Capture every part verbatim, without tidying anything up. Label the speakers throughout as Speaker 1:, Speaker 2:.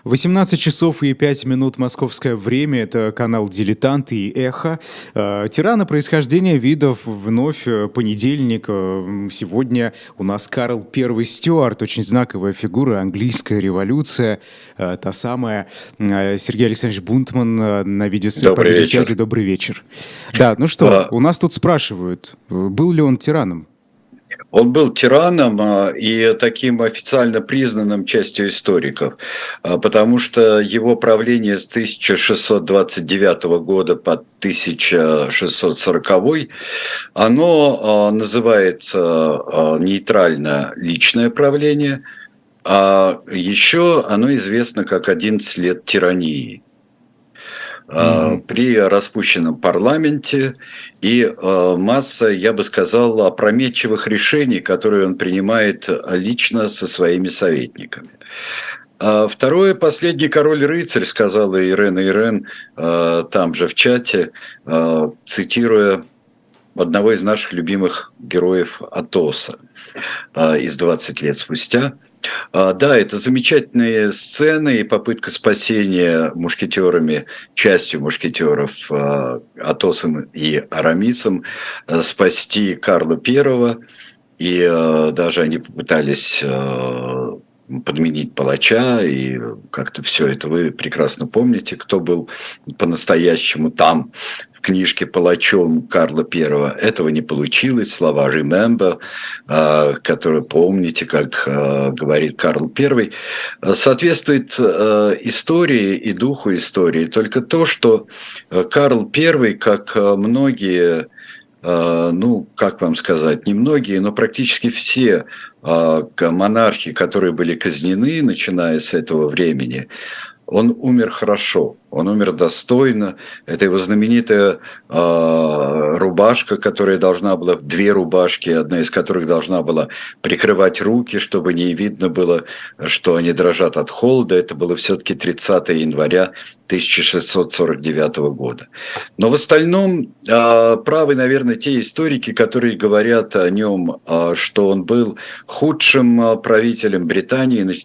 Speaker 1: восемнадцать часов и пять минут московское время. Это канал «Дилетант» и «Эхо». Э, Тирана происхождения видов вновь э, понедельник. Э, Сегодня у нас Карл Первый Стюарт, очень знаковая фигура, английская революция, э, та самая. Э, Сергей Александрович Бунтман э, на видеосвязи. По
Speaker 2: Добрый
Speaker 1: видеосвязи.
Speaker 2: вечер.
Speaker 1: Добрый вечер. Да, ну что,
Speaker 2: А,
Speaker 1: у нас тут спрашивают, э, был ли он тираном?
Speaker 2: Он был тираном а, и таким официально признанным частью историков, а, потому что его правление с тысяча шестьсот двадцать девятого года по тысяча шестьсот сороковой, оно а, называется а, нейтрально личное правление, а еще оно известно как одиннадцать лет тирании
Speaker 1: Мгм.
Speaker 2: при распущенном парламенте и э, масса, я бы сказал, опрометчивых решений, которые он принимает лично со своими советниками. А второе, последний король-рыцарь, сказала Ирена Ирен э, там же в чате, э, цитируя одного из наших любимых героев Атоса э, из «двадцать лет спустя». А, Да, это замечательные сцены и попытка спасения мушкетерами, частью мушкетеров, а, Атосом и Арамисом, а, спасти Карла Первого. И а, даже они попытались а, подменить палача, и как-то все это вы прекрасно помните, кто был по-настоящему там в книжке палачом Карла Первого. Этого не получилось. Слова «remember», а, которые помните, как а, говорит Карл Первый, а, соответствует а, истории и духу истории. Только то, что а, Карл Первый, как а, многие, а, ну, как вам сказать, не многие, но практически все а, к- монархи, которые были казнены, начиная с этого времени, он умер хорошо, он умер достойно. Это его знаменитая э, рубашка, которая должна была, две рубашки, одна из которых должна была прикрывать руки, чтобы не видно было, что они дрожат от холода. Это было все-таки тридцатого января тысяча шестьсот сорок девятого года. Но в остальном э, правы, наверное, те историки, которые говорят о нем, э, что он был худшим э, правителем Британии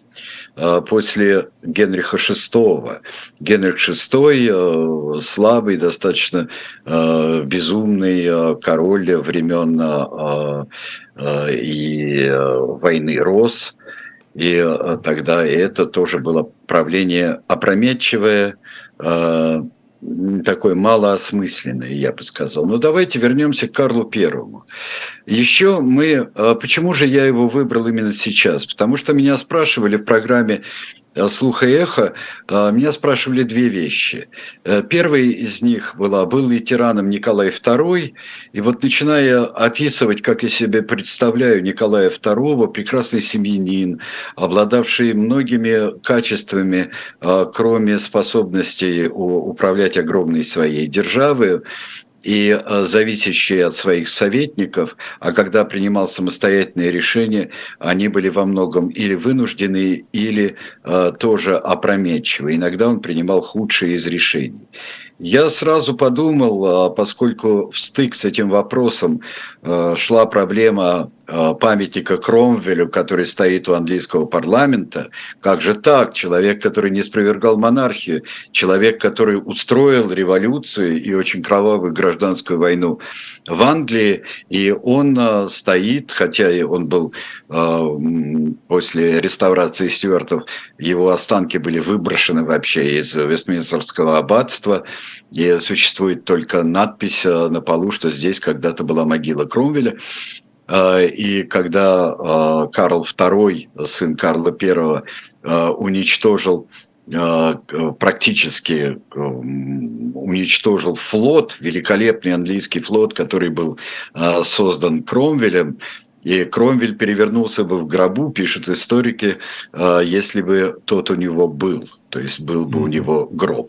Speaker 2: после Генриха шестого. Генрих шестой э, слабый, достаточно э, безумный э, король времен э, э, и э, войны Рос. И э, тогда это тоже было правление опрометчивое, э, такое малоосмысленное, я бы сказал. Но давайте вернемся к Карлу Первому. Еще мы... э, Почему же я его выбрал именно сейчас? Потому что меня спрашивали в программе э, «Слух и эхо», э, меня спрашивали две вещи. Э, Первая из них была, был ли тираном Николай Второй, и вот начиная описывать, как я себе представляю Николая Второго, прекрасный семьянин, обладавший многими качествами, э, кроме способностей у- управлять огромной своей державой, и э, зависящие от своих советников, а когда принимал самостоятельные решения, они были во многом или вынуждены, или э, тоже опрометчивы. Иногда он принимал худшие из решений. Я сразу подумал, э, поскольку в стык с этим вопросом э, шла проблема э, памятника Кромвелю, который стоит у английского парламента, как же так? Человек, который не спровергал монархию, человек, который устроил революцию и очень кровавую гражданскую войну в Англии, и он э, стоит, хотя и он был э, м, после реставрации Стюартов, его останки были выброшены вообще из Вестминстерского аббатства, и существует только надпись э, на полу, что здесь когда-то была могила Кромвеля. Э, И когда э, Карл Второй, сын Карла Первого, э, уничтожил э, практически э, уничтожил флот, великолепный английский флот, который был э, создан Кромвелем, и Кромвель перевернулся бы в гробу, пишут историки, э, если бы тот у него был, то есть был бы у
Speaker 1: Мгм.
Speaker 2: него гроб.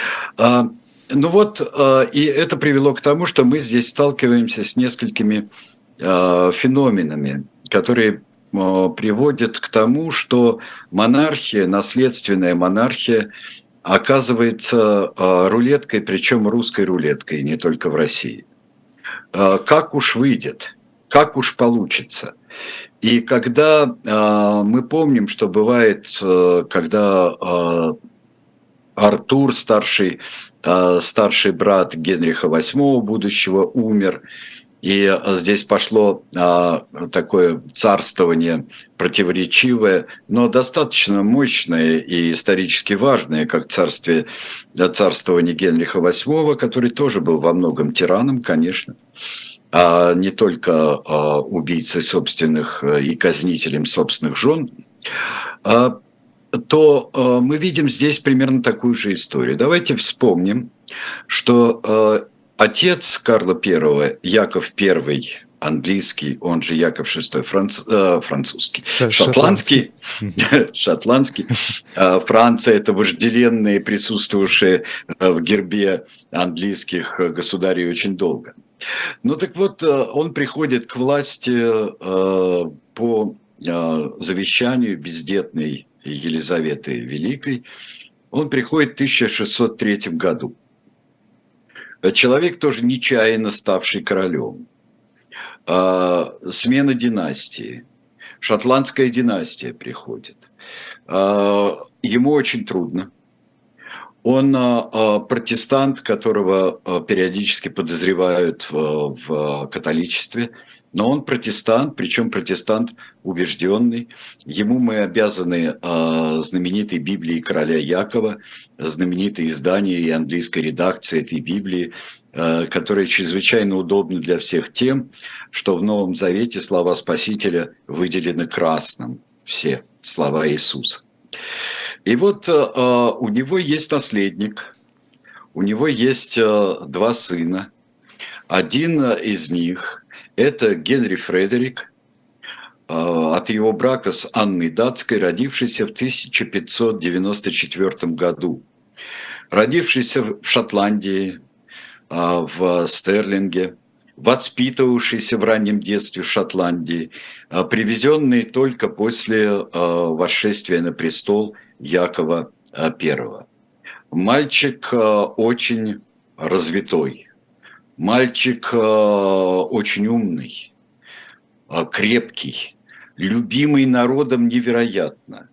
Speaker 2: А, Ну вот, э, и это привело к тому, что мы здесь сталкиваемся с несколькими э, феноменами, которые э, приводят к тому, что монархия, наследственная монархия, оказывается э, рулеткой, причем русской рулеткой, не только в России. Э, Как уж выйдет, как уж получится. И когда э, мы помним, что бывает, э, когда э, Артур, старший, э, старший брат Генриха восьмого будущего, умер, и здесь пошло а, такое царствование противоречивое, но достаточно мощное и исторически важное, как царствие, царствование Генриха восьмого, который тоже был во многом тираном, конечно, а не только а, убийцей собственных и казнителем собственных жен, а, то а, мы видим здесь примерно такую же историю. Давайте вспомним, что а, отец Карла Первого, Яков Первый, английский, он же Яков Шестой, франц, э, французский,
Speaker 1: Ш-
Speaker 2: шотландский,
Speaker 1: шотландский.
Speaker 2: шотландский, э, Франция – это вожделенные, присутствовавшие э, в гербе английских государей очень долго. Ну так вот, э, он приходит к власти э, по э, завещанию бездетной Елизаветы Великой. Он приходит в тысяча шестьсот третьем году. Человек, тоже нечаянно ставший королем. А, смена династии. Шотландская династия приходит. А, ему очень трудно. Он а, протестант, которого а, периодически подозревают а, в католичестве, но он протестант, причем протестант убежденный. Ему мы обязаны а, знаменитой Библией короля Якова, знаменитое издание и английской редакции этой Библии, а, которая чрезвычайно удобна для всех тем, что в Новом Завете слова Спасителя выделены красным, все слова Иисуса. И вот а, у него есть наследник, у него есть а, два сына. Один из них – это Генри Фредерик, а, от его брака с Анной Датской, родившийся в тысяча пятьсот девяносто четвёртом году. Родившийся в Шотландии, а, в Стерлинге, воспитывавшийся в раннем детстве в Шотландии, а, привезенный только после а, восшествия на престол Якова Первого. Мальчик очень развитой, мальчик очень умный, крепкий, любимый народом невероятно.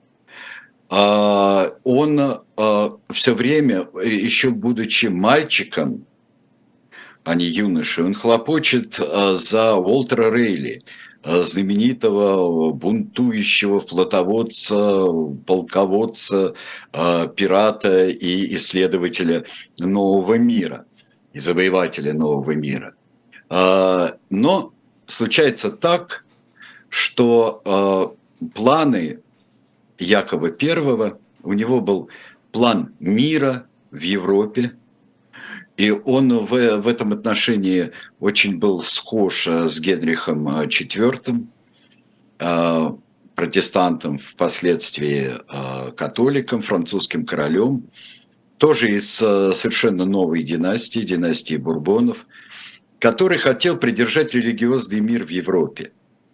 Speaker 2: Он все время, еще будучи мальчиком, а не юношей, он хлопочет за Уолтера Рейли, знаменитого бунтующего флотоводца, полководца, пирата и исследователя нового мира, и завоевателя нового мира. Но случается так, что планы Якова Первого, у него был план мира в Европе, и он в, в этом отношении очень был схож с Генрихом Четвёртым, протестантом, впоследствии католиком, французским королем, тоже из совершенно новой династии, династии Бурбонов, который хотел придержать религиозный мир в Европе.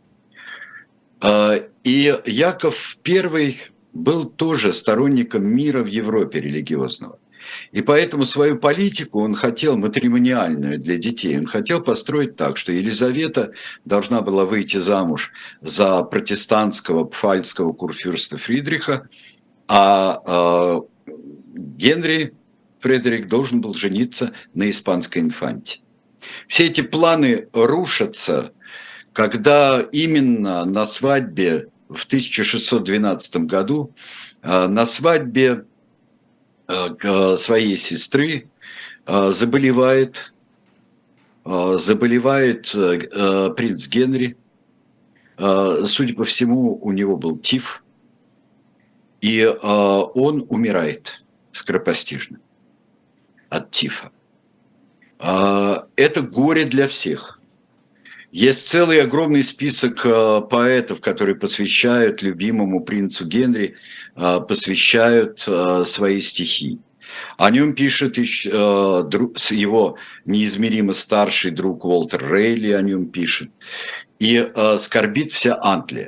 Speaker 2: И Яков Первый был тоже сторонником мира в Европе религиозного. И поэтому свою политику он хотел матримониальную для детей. Он хотел построить так, что Елизавета должна была выйти замуж за протестантского пфальцского курфюрста Фридриха, а Генри Фредерик должен был жениться на испанской инфанте. Все эти планы рушатся, когда именно на свадьбе в тысяча шестьсот двенадцатом году, на свадьбе своей сестры заболевает, заболевает принц Генри. Судя по всему, у него был тиф, и он умирает скоропостижно от тифа. Это горе для всех. Есть целый огромный список поэтов, которые посвящают любимому принцу Генри, посвящают свои стихи. О нем пишет его неизмеримо старший друг Уолтер Рейли, о нем пишет. И скорбит вся Англия.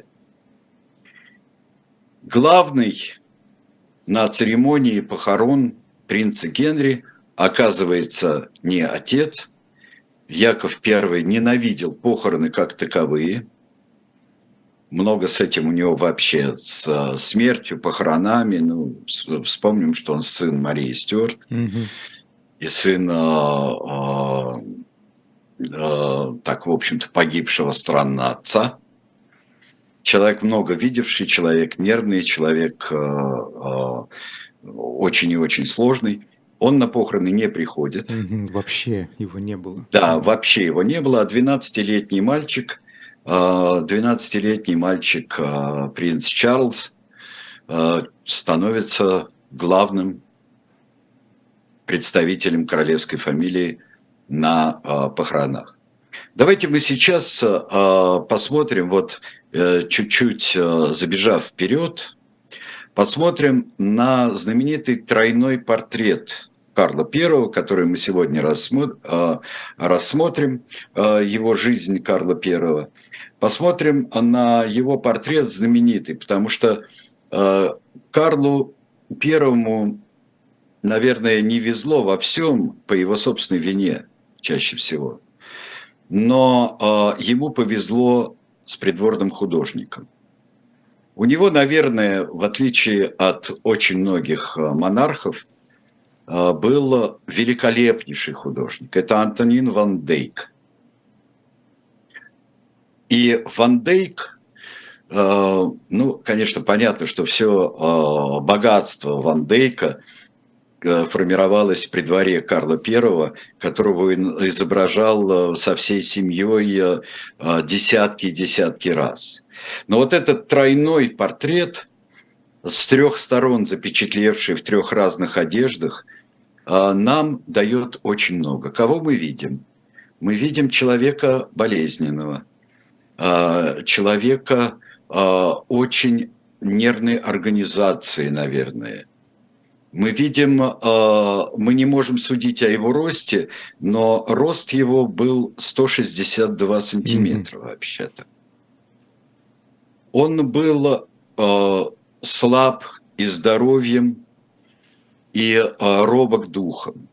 Speaker 2: Главный на церемонии похорон принца Генри оказывается не отец. Яков Первый ненавидел похороны как таковые. много с этим у него вообще, с смертью, похоронами. Ну, вспомним, что он сын Марии Стюарт
Speaker 1: Мгм.
Speaker 2: и сын, а, а, так, в общем-то, погибшего странно отца. Человек много видевший, человек нервный, человек а, а, очень и очень сложный. Он на похороны не приходит.
Speaker 1: Мгм. Вообще его не было.
Speaker 2: Да,
Speaker 1: Мгм.
Speaker 2: вообще его не было. А двенадцатилетний мальчик, а, двенадцатилетний мальчик, а, принц Чарльз, а, становится главным представителем королевской фамилии на а, похоронах. Давайте мы сейчас а, посмотрим, вот э, чуть-чуть а, забежав вперед, посмотрим на знаменитый тройной портрет Карла Первого, который мы сегодня рассмотрим, рассмотрим его жизнь Карла Первого. Посмотрим на его портрет знаменитый, потому что Карлу Первому, наверное, не везло во всем по его собственной вине чаще всего, но ему повезло с придворным художником. У него, наверное, в отличие от очень многих монархов, был великолепнейший художник. Это Антонин ван Дейк. И Ван Дейк, ну, конечно, понятно, что все богатство Ван Дейка формировалось при дворе Карла Первого, которого он изображал со всей семьей десятки и десятки раз. Но вот этот тройной портрет, с трех сторон запечатлевший в трех разных одеждах, нам дает очень много. Кого мы видим? Мы видим человека болезненного, человека очень нервной организации, наверное. Мы видим, мы не можем судить о его росте, но рост его был сто шестьдесят два сантиметра вообще-то. Он был слаб и здоровьем, и робок духом.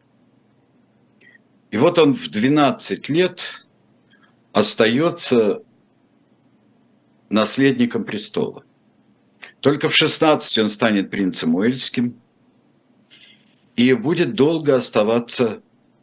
Speaker 2: И вот он в двенадцать лет остается наследником престола. Только в шестнадцать он станет принцем Уэльским и будет долго оставаться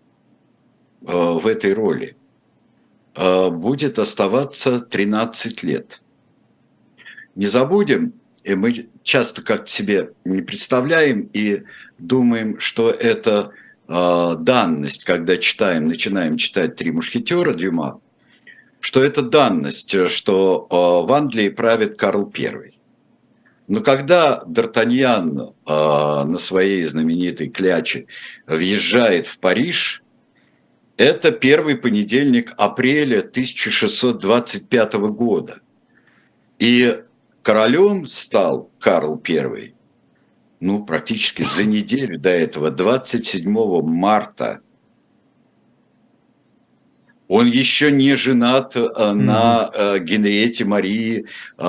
Speaker 2: в этой роли. Будет оставаться тринадцать лет. Не забудем, и мы часто как-то себе не представляем и думаем, что это э, данность, когда читаем, начинаем читать «Три мушкетера» Дюма, что это данность, что э, в Англии правит Карл Первый. Но когда Д'Артаньян э, на своей знаменитой кляче въезжает в Париж, это первый понедельник апреля тысяча шестьсот двадцать пятого года. И королем стал Карл Первый, ну, практически за неделю до этого, двадцать седьмого марта. Он еще не женат на mm-hmm. Генриетте Марии,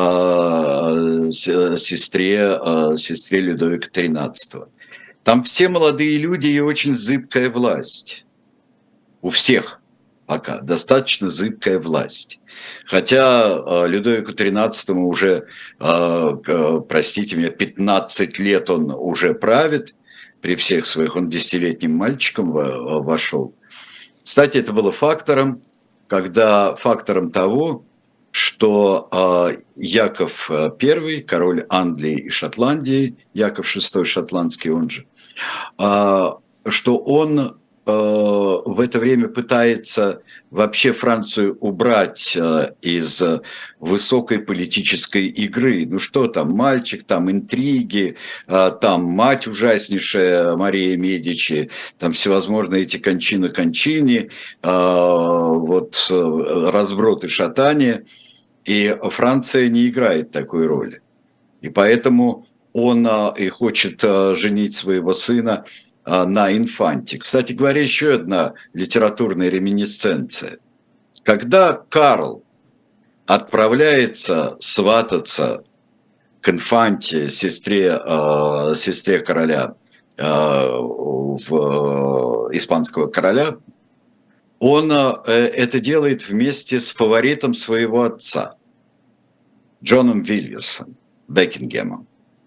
Speaker 2: сестре, сестре Людовика тринадцатого. Там все молодые люди и очень зыбкая власть. У всех пока достаточно зыбкая власть. Хотя Людовику тринадцатому уже, простите меня, пятнадцать лет он уже правит, при всех своих, он десятилетним мальчиком вошел. Кстати, это было фактором, когда фактором того, что Яков Первый, король Англии и Шотландии, Яков Шестой шотландский он же, что он в это время пытается вообще Францию убрать из высокой политической игры. Ну что там, мальчик, там интриги, там мать ужаснейшая Мария Медичи, там всевозможные эти кончины-кончини, вот разброд и шатание. И Франция не играет такой роли. И поэтому он и хочет женить своего сына на инфанте. Кстати говоря, еще одна литературная реминисценция. Когда Карл отправляется свататься к инфанте, сестре, э, сестре короля, э, в, э, испанского короля, он э, это делает вместе с фаворитом своего отца. Джоном Вильерсом, Бекингемом.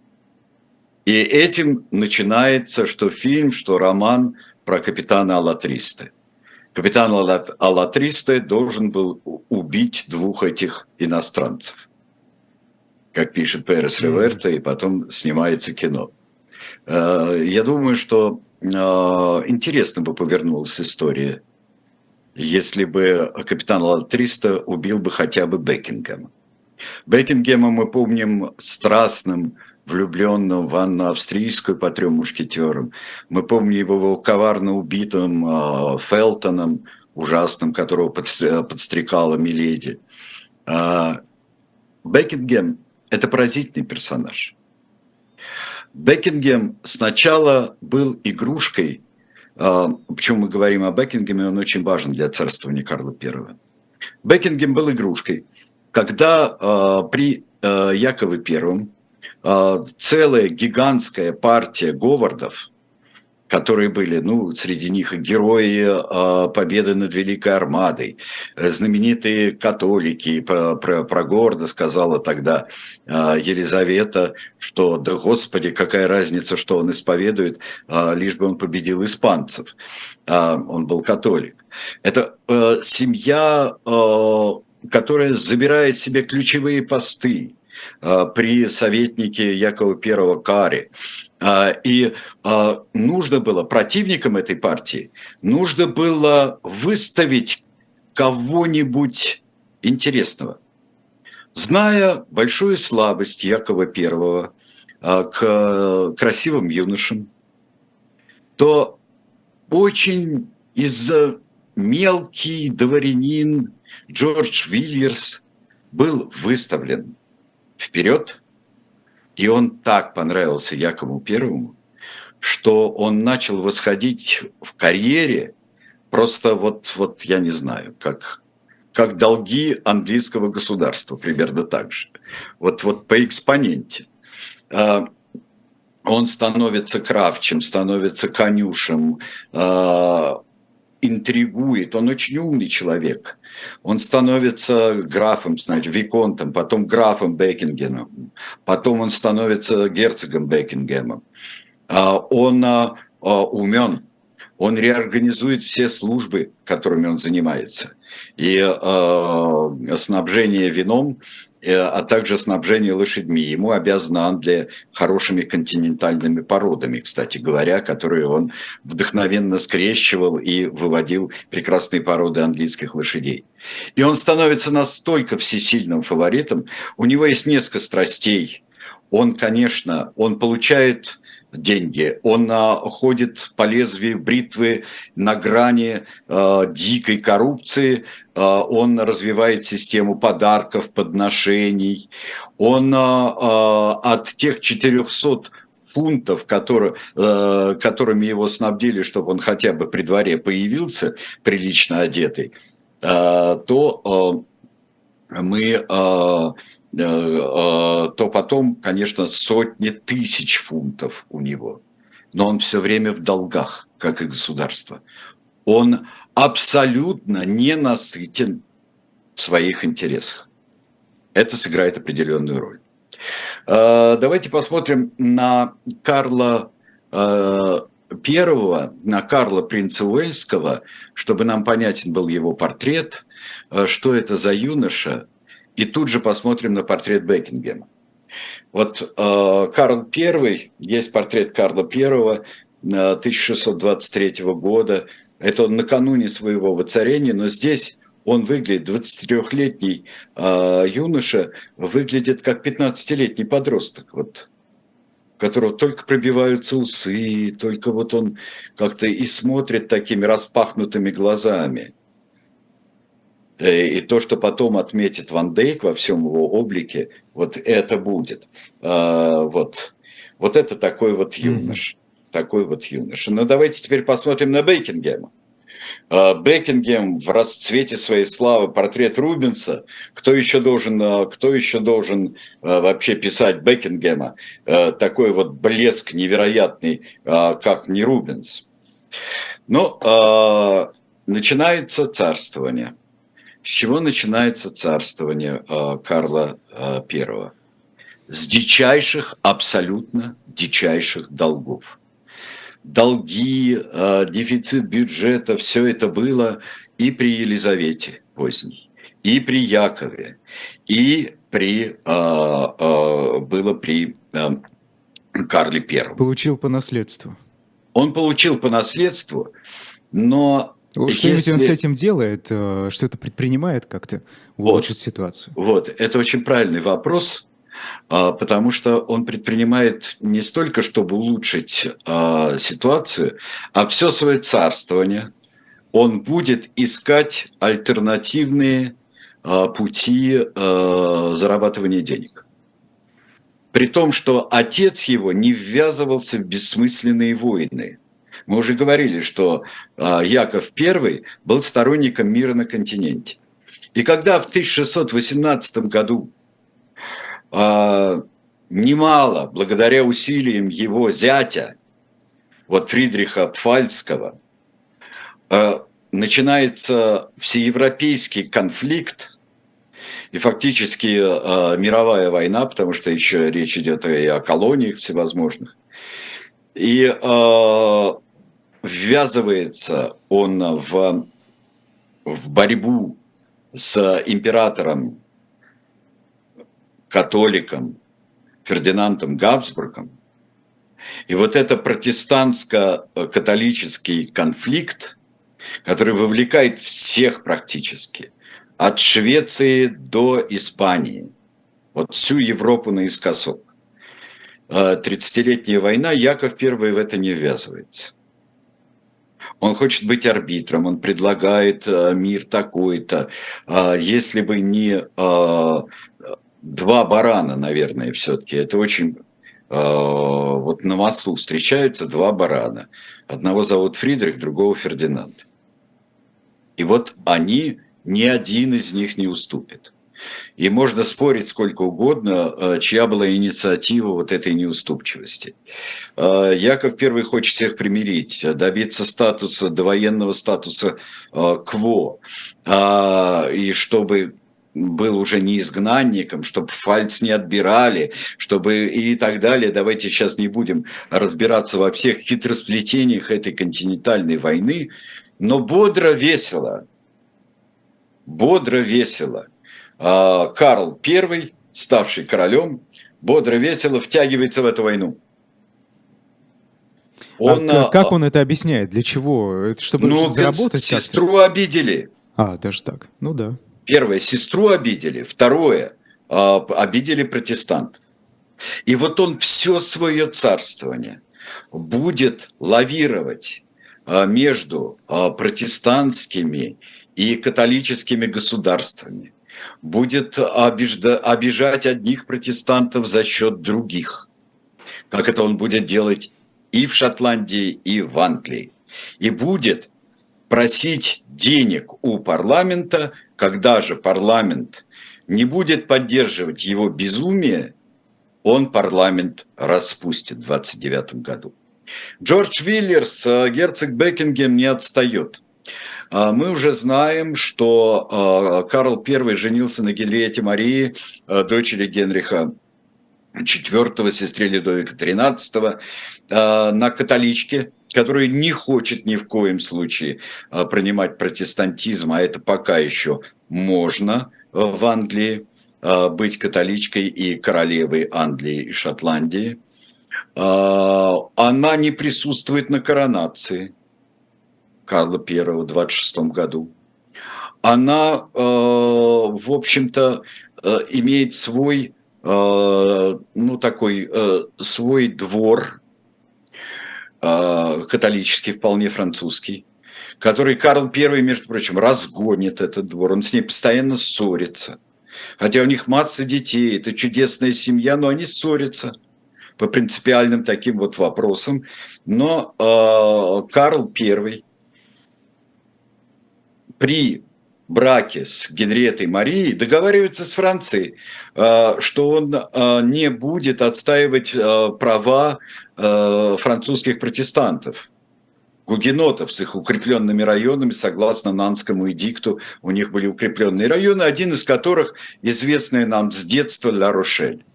Speaker 2: И этим начинается что фильм, что роман про капитана Алатристе. Капитан Алатристе должен был убить двух этих иностранцев, как пишет Перес Реверта, и потом снимается кино. Я думаю, что интересно бы повернулась история, если бы капитан Алатристе убил бы хотя бы Бекингема. Бекингема мы помним страстным, влюбленным в Анну Австрийскую по трем мушкетерам. Мы помним его коварно убитым э, Фелтоном, ужасным, которого подстрекала Миледи. Э, Бекингем – это поразительный персонаж. Бекингем сначала был игрушкой, э, почему мы говорим о Бекингеме, он очень важен для царствования Карла Первого. Бекингем был игрушкой, когда э, при э, Якове Первом э, целая гигантская партия говардов, которые были, ну, среди них и герои э, победы над Великой Армадой, э, знаменитые католики, про, про, про Говарда сказала тогда э, Елизавета, что, да господи, какая разница, что он исповедует, э, лишь бы он победил испанцев. Э, он был католик. Это э, семья... Э, которая забирает себе ключевые посты э, при советнике Якова Первого Каре. Э, и э, нужно было, противникам этой партии, нужно было выставить кого-нибудь интересного. Зная большую слабость Якова Первого э, к красивым юношам, то очень из-за мелкий дворянин Джордж Вильерс был выставлен вперед, и он так понравился Якову Первому, что он начал восходить в карьере просто вот, вот я не знаю, как, как долги английского государства, примерно так же. Вот, вот по экспоненте. Он становится кравчем, становится конюшем, интригует, он очень умный человек. Он становится графом, знаете, виконтом, потом графом Бекингемом, потом он становится герцогом Бекингемом. Он умен, он реорганизует все службы, которыми он занимается. И снабжение вином, а также снабжение лошадьми. Ему обязана Англия хорошими континентальными породами, кстати говоря, которые он вдохновенно скрещивал и выводил прекрасные породы английских лошадей. И он становится настолько всесильным фаворитом, у него есть несколько страстей. Он, конечно, он получает деньги, он а, ходит по лезвию бритвы на грани а, дикой коррупции, а, он развивает систему подарков, подношений, он а, а, от тех четырехсот фунтов, которые, а, которыми его снабдили, чтобы он хотя бы при дворе появился, прилично одетый, а, то а, мы... А, то потом, конечно, сотни тысяч фунтов у него. Но он все время в долгах, как и государство. Он абсолютно ненасытен в своих интересах. Это сыграет определенную роль. Давайте посмотрим на Карла Первого, на Карла принца Уэльского, чтобы нам понятен был его портрет, что это за юноша. И тут же посмотрим на портрет Бекингема. Вот э, Карл Первый, есть портрет Карла Первого э, тысяча шестьсот двадцать третьего года. Это он накануне своего воцарения, но здесь он выглядит, двадцатитрёхлетний э, юноша, выглядит как пятнадцатилетний подросток, вот, у которого только пробиваются усы, только вот он как-то и смотрит такими распахнутыми глазами. И то, что потом отметит Ван Дейк во всем его облике, вот это будет. Вот, вот это такой вот юнош. Mm-hmm. Такой вот юнош. Но давайте теперь посмотрим на Бекингема. Бекингем в расцвете своей славы, портрет Рубенса. Кто еще должен, кто еще должен вообще писать Бекингема? Такой вот блеск невероятный, как не Рубенс. Но начинается царствование. С чего начинается царствование э, Карла э, Первого? С дичайших, абсолютно дичайших долгов. Долги, э, дефицит бюджета, все это было и при Елизавете поздней, и при Якове, и при, э, э, было при э, Карле Первом.
Speaker 1: Получил по наследству.
Speaker 2: Он получил по наследству, но...
Speaker 1: Что-нибудь если... он с этим делает, что-то предпринимает как-то улучшить вот, ситуацию?
Speaker 2: Вот, это очень правильный вопрос, потому что он предпринимает не столько, чтобы улучшить ситуацию, а все свое царствование он будет искать альтернативные пути зарабатывания денег. При том, что отец его не ввязывался в бессмысленные войны. Мы уже говорили, что Яков Первый был сторонником мира на континенте. И когда в тысяча шестьсот восемнадцатом году немало, благодаря усилиям его зятя, вот Фридриха Пфальцского, начинается всеевропейский конфликт, и фактически э, мировая война, потому что еще речь идет и о колониях всевозможных. И э, ввязывается он в, в борьбу с императором, католиком Фердинандом Габсбургом. И вот это протестантско-католический конфликт, который вовлекает всех практически, от Швеции до Испании, вот всю Европу наискосок. Тридцатилетняя война, Яков Первый в это не ввязывается. Он хочет быть арбитром, он предлагает мир такой-то. Если бы не два барана, наверное, все-таки, это очень... Вот на мосту встречаются два барана. Одного зовут Фридрих, другого Фердинанд. И вот они... Ни один из них не уступит. И можно спорить сколько угодно, чья была инициатива вот этой неуступчивости. Яков Первый хочет всех примирить, добиться статуса, довоенного статуса кво, и чтобы был уже не изгнанником, чтобы Пфальц не отбирали, чтобы и так далее. Давайте сейчас не будем разбираться во всех хитросплетениях этой континентальной войны, но бодро, весело, бодро, весело. Карл Первый, ставший королем, бодро, весело втягивается в эту войну.
Speaker 1: Он, а как он это объясняет? Для чего? Это чтобы
Speaker 2: ну,
Speaker 1: заработать?
Speaker 2: Сестру как-то? Обидели.
Speaker 1: А, даже так. Ну да.
Speaker 2: Первое, сестру обидели. Второе, обидели протестантов. И вот он все свое царствование будет лавировать между протестантскими и католическими государствами, будет обижда, обижать одних протестантов за счет других, как это он будет делать и в Шотландии, и в Англии, и будет просить денег у парламента, когда же парламент не будет поддерживать его безумие, он парламент распустит в двадцать девятом году. Джордж Вильерс, герцог Бекингем, не отстает. Мы уже знаем, что Карл Первый женился на Генриетте Марии, дочери Генриха четвёртого, сестре Людовика тринадцатого, на католичке, которая не хочет ни в коем случае принимать протестантизм, а это пока еще можно в Англии, быть католичкой и королевой Англии и Шотландии. Она не присутствует на коронации Карла Первого в двадцать шестом году. Она, в общем-то, имеет свой, ну, такой, свой двор, католический, вполне французский, который Карл Первый, между прочим, разгонит этот двор. Он с ней постоянно ссорится. Хотя у них масса детей, это чудесная семья, но они ссорятся по принципиальным таким вот вопросам. Но э, Карл Первый при браке с Генриеттой Марией договаривается с Францией, э, что он э, не будет отстаивать э, права э, французских протестантов гугенотов с их укрепленными районами, согласно Нанскому эдикту, у них были укрепленные районы, один из которых известный нам с детства Ла-Рошель.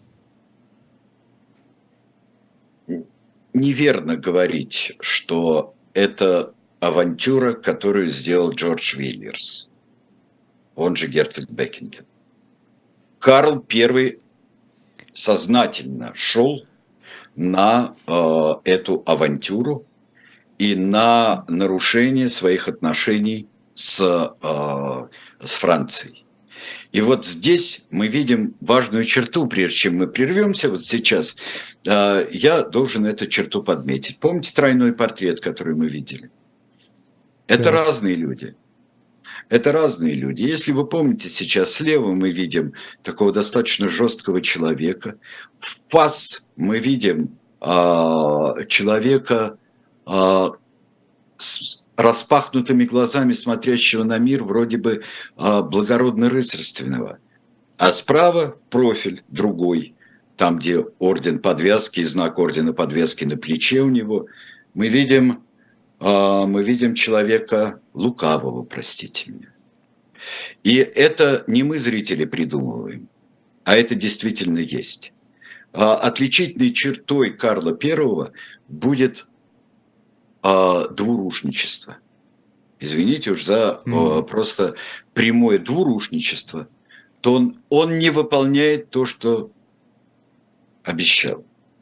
Speaker 2: Неверно говорить, что это авантюра, которую сделал Джордж Вильерс, он же герцог Бекингем. Карл I сознательно шел на э, эту авантюру и на нарушение своих отношений с, э, с Францией. И вот здесь мы видим важную черту, прежде чем мы прервемся вот сейчас, э, я должен эту черту подметить. Помните тройной портрет, который мы видели? Это да. разные люди. Это разные люди. Если вы помните, сейчас слева мы видим такого достаточно жесткого человека. В пас мы видим э, человека э, с распахнутыми глазами, смотрящего на мир, вроде бы э, благородно-рыцарственного. А справа профиль другой, там, где орден подвязки и знак ордена подвязки на плече у него, мы видим... мы видим человека лукавого, простите меня. И это не мы, зрители, придумываем, а это действительно есть. Отличительной чертой Карла Первого будет двурушничество. Извините уж за mm. просто прямое двурушничество. То он, он не выполняет то, что обещал.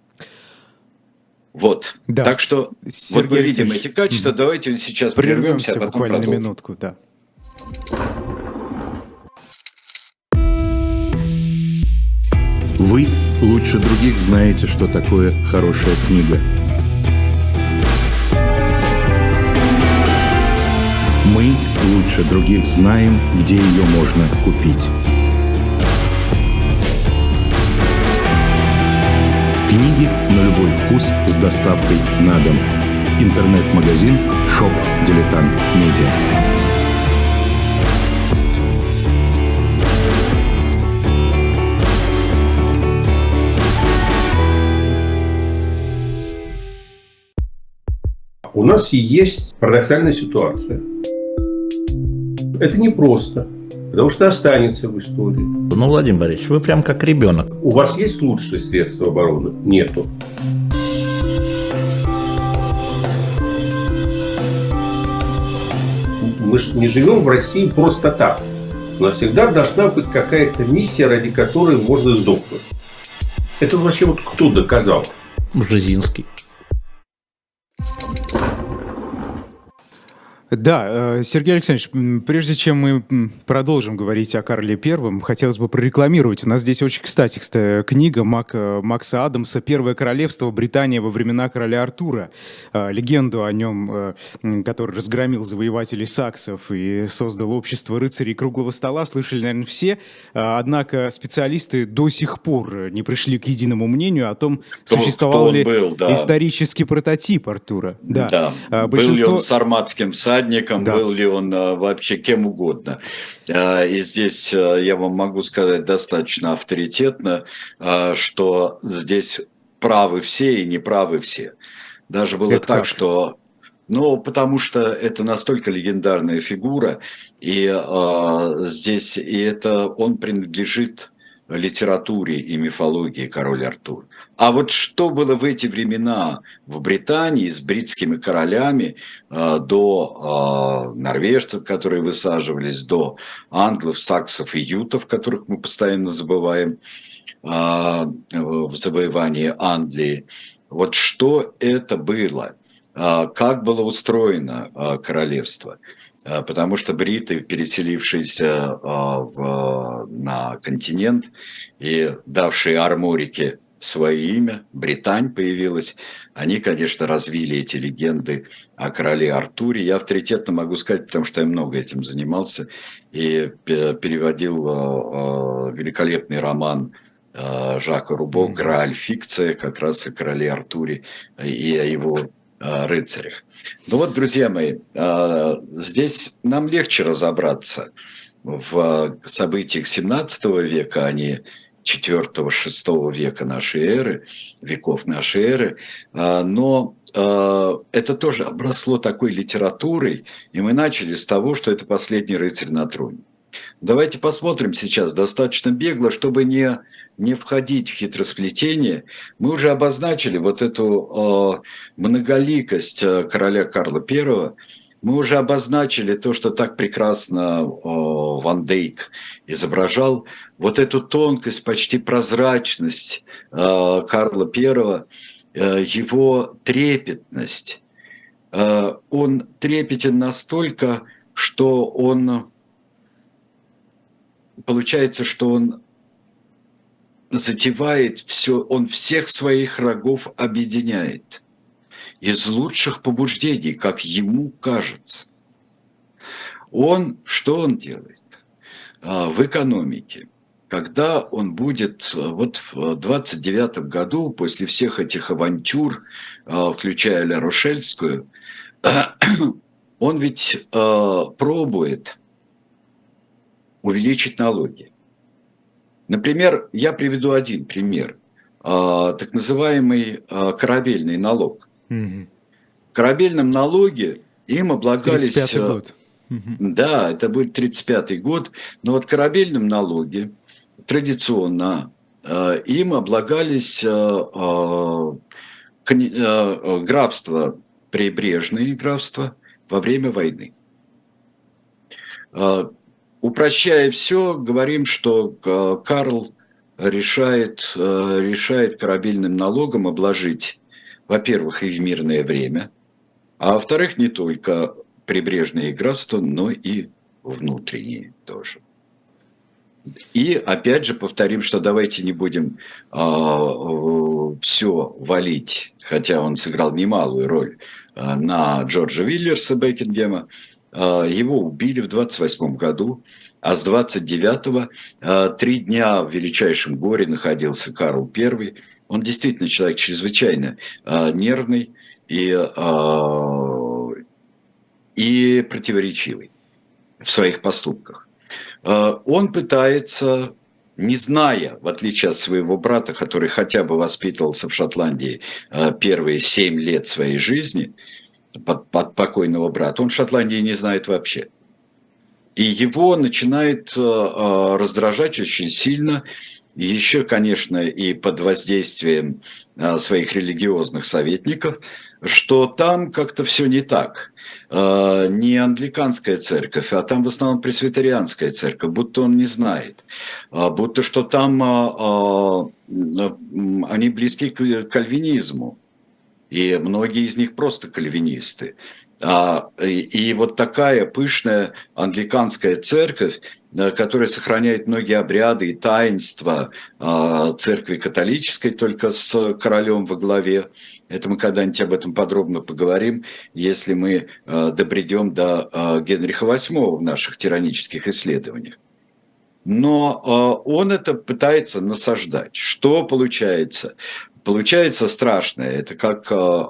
Speaker 2: Вот. Да. Так что Сергей вот мы видим эти качества. Угу. Давайте сейчас прервемся, а потом
Speaker 1: буквально
Speaker 2: продолжим.
Speaker 1: на минутку, да.
Speaker 3: Вы лучше других знаете, что такое хорошая книга. Мы лучше других знаем, где ее можно купить. Книги на любой вкус с доставкой на дом. Интернет-магазин Shop Дилетант Медиа.
Speaker 4: У нас есть парадоксальная ситуация. Это непросто, потому что останется в истории.
Speaker 5: Ну, Владимир Борисович, вы прям как ребенок.
Speaker 4: У вас есть лучшие средства обороны? Нету. Мы же не живем в России просто так. У нас всегда должна быть какая-то миссия, ради которой можно сдохнуть. Это вообще вот кто доказал?
Speaker 5: Бжезинский.
Speaker 1: Да, Сергей Александрович, прежде чем мы продолжим говорить о Карле Первом, хотелось бы прорекламировать. У нас здесь очень кстати, кстати книга Мак, Макса Адамса «Первое королевство. Британия во времена короля Артура». Легенду о нем, который разгромил завоевателей саксов и создал общество рыцарей круглого стола, слышали, наверное, все. Однако специалисты до сих пор не пришли к единому мнению о том, кто, существовал кто ли был, да. исторический прототип Артура.
Speaker 2: Да. Да. Большинство... Был ли он сарматским всадником? Да. Был ли он а, вообще кем угодно. А, и здесь а, я вам могу сказать достаточно авторитетно, а, что здесь правы все и неправы все. Даже было это так, как? что... Ну, потому что это настолько легендарная фигура, и а, здесь и это он принадлежит литературе и мифологии король Артур. А вот что было в эти времена в Британии с бритскими королями э, до э, норвежцев, которые высаживались, до англов, саксов и ютов, которых мы постоянно забываем э, в завоевании Англии. Вот что это было, э, как было устроено э, королевство. Потому что бриты, переселившиеся в, на континент и давшие Арморике свое имя, Британь появилась, они, конечно, развили эти легенды о короле Артуре. Я авторитетно могу сказать, потому что я много этим занимался и переводил великолепный роман Жака Рубо «Грааль. Фикция», как раз о короле Артуре и о его рыцарях. Ну вот, друзья мои, здесь нам легче разобраться в событиях семнадцатого века, а не четвёртого-шестого века нашей эры, веков нашей эры, но э, это тоже обросло такой литературой, и мы начали с того, что это последний рыцарь на троне. Давайте посмотрим сейчас достаточно бегло, чтобы не, не входить в хитросплетение. Мы уже обозначили вот эту э, многоликость э, короля Карла Первого. Мы уже обозначили то, что так прекрасно э, Ван Дейк изображал, вот эту тонкость, почти прозрачность э, Карла Первого, э, его трепетность. Э, он трепетен настолько, что он... Получается, что он затевает все, он всех своих врагов объединяет из лучших побуждений, как ему кажется. Он, что он делает в экономике? Когда он будет, вот в двадцать девятом году, после всех этих авантюр, включая Ля Рошельскую, он ведь пробует увеличить налоги. Например, я приведу один пример. Так называемый корабельный налог.
Speaker 1: Угу.
Speaker 2: В корабельном налоге им облагались...
Speaker 1: тридцать пятый год.
Speaker 2: Да, это будет тридцать пятый год. Но вот в корабельном налоге традиционно им облагались графства, прибрежные графства во время войны. Упрощая все, говорим, что Карл решает, решает корабельным налогом обложить, во-первых, и в мирное время, а во-вторых, не только прибрежные графства, но и внутренние тоже. И опять же повторим, что давайте не будем э, все валить, хотя он сыграл немалую роль, э, на Джорджа Вильерса Бекингема. Э, его убили в двадцать восьмом году, а с двадцать девятого э, три дня в величайшем горе находился Карл Первый. Он действительно человек чрезвычайно э, нервный и, э, и противоречивый в своих поступках. Он пытается, не зная, в отличие от своего брата, который хотя бы воспитывался в Шотландии первые семь лет своей жизни, под, под покойного брата, он в Шотландии не знает вообще. И его начинает раздражать очень сильно, еще, конечно, и под воздействием своих религиозных советников, что там как-то все не так. Не англиканская церковь, а там в основном пресвитерианская церковь, будто он не знает, будто что там они близки к кальвинизму, и многие из них просто кальвинисты. И вот такая пышная англиканская церковь, которая сохраняет многие обряды и таинства церкви католической, только с королем во главе. Это мы когда-нибудь об этом подробно поговорим, если мы добредем до Генриха Восьмого в наших тиранических исследованиях. Но он это пытается насаждать. Что получается? Получается страшное. Это как...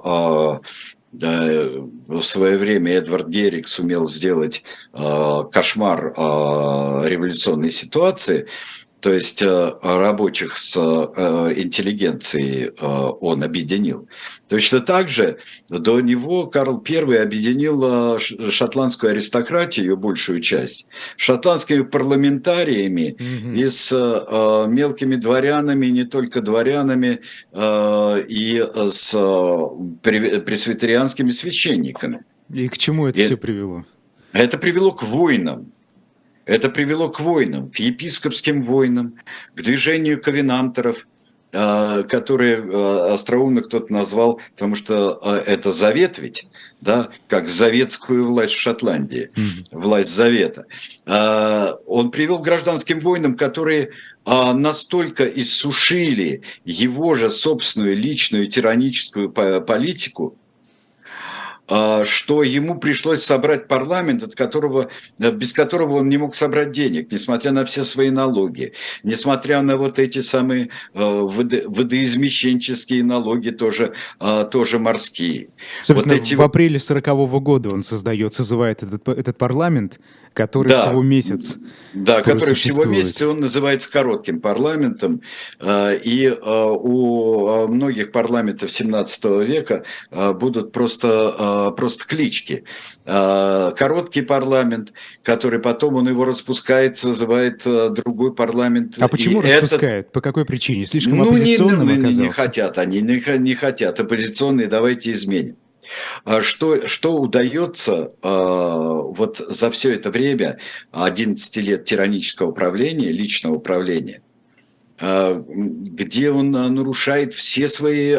Speaker 2: В свое время Эдвард Герик сумел сделать э, кошмар э, революционной ситуации, то есть э, рабочих с э, интеллигенцией э, он объединил. Точно так же до него Карл Первый объединил э, шотландскую аристократию, ее большую часть, шотландскими парламентариями mm-hmm. и с э, мелкими дворянами, не только дворянами, э, и с э, пресвитерианскими священниками.
Speaker 1: И к чему это и все привело?
Speaker 2: Это привело к войнам. Это привело к войнам, к епископским войнам, к движению ковенантеров, которые остроумно кто-то назвал, потому что это завет ведь, да, как заветскую власть в Шотландии, mm-hmm. власть завета. Он привел к гражданским войнам, которые настолько иссушили его же собственную личную тираническую политику, что ему пришлось собрать парламент, от которого, без которого он не мог собрать денег, несмотря на все свои налоги, несмотря на вот эти самые водоизмещенческие налоги, тоже, тоже морские.
Speaker 1: Собственно,
Speaker 2: вот эти...
Speaker 1: в апреле сорокового года он создает, созывает этот, этот парламент, который
Speaker 2: Да.
Speaker 1: всего месяц.
Speaker 2: Да, который всего
Speaker 1: существует.
Speaker 2: месяц, он называется коротким парламентом, э, и э, у многих парламентов семнадцатого века э, будут просто, э, просто клички. Э, Короткий парламент, который потом он его распускает, созывает э, другой парламент.
Speaker 1: А почему
Speaker 2: И этот-
Speaker 1: распускают? По какой причине? Слишком
Speaker 2: ну, не,
Speaker 1: оппозиционным
Speaker 2: не- не
Speaker 1: оказался?
Speaker 2: хотят, они не, х- не хотят. Оппозиционные давайте изменим. А Что, что удается э, вот за все это время, одиннадцать лет тиранического правления, личного управления, э, где он э, нарушает все свои,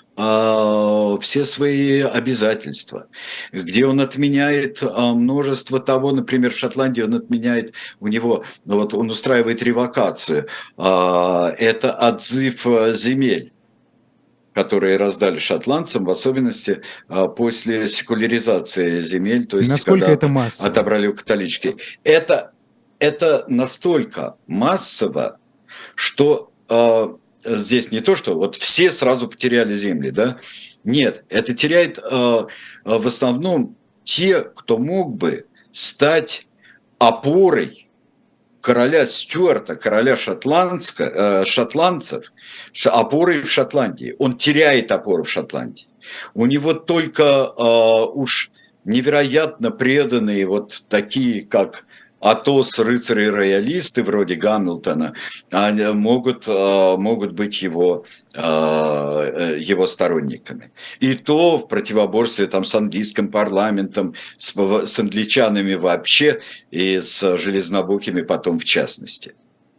Speaker 2: э, все свои обязательства, где он отменяет э, множество того, например, в Шотландии он отменяет, у него, ну вот он устраивает ревокацию, э, это отзыв э, земель, которые раздали шотландцам, в особенности а, после секуляризации земель, то есть
Speaker 1: Насколько
Speaker 2: когда
Speaker 1: это массово?
Speaker 2: отобрали у католички. Это, это настолько массово, что а, здесь не то, что вот все сразу потеряли земли, да? Нет, это теряет а, а, в основном те, кто мог бы стать опорой короля Стюарта, короля шотландска, э, шотландцев, ш- опорой в Шотландии. Он теряет опору в Шотландии. У него только э, уж невероятно преданные вот такие, как Атос, рыцари-роялисты вроде Гамильтона, они могут, э, могут быть его, э, э, его сторонниками. И то в противоборстве там, с английским парламентом, с, с англичанами вообще и с железнобокими потом в частности.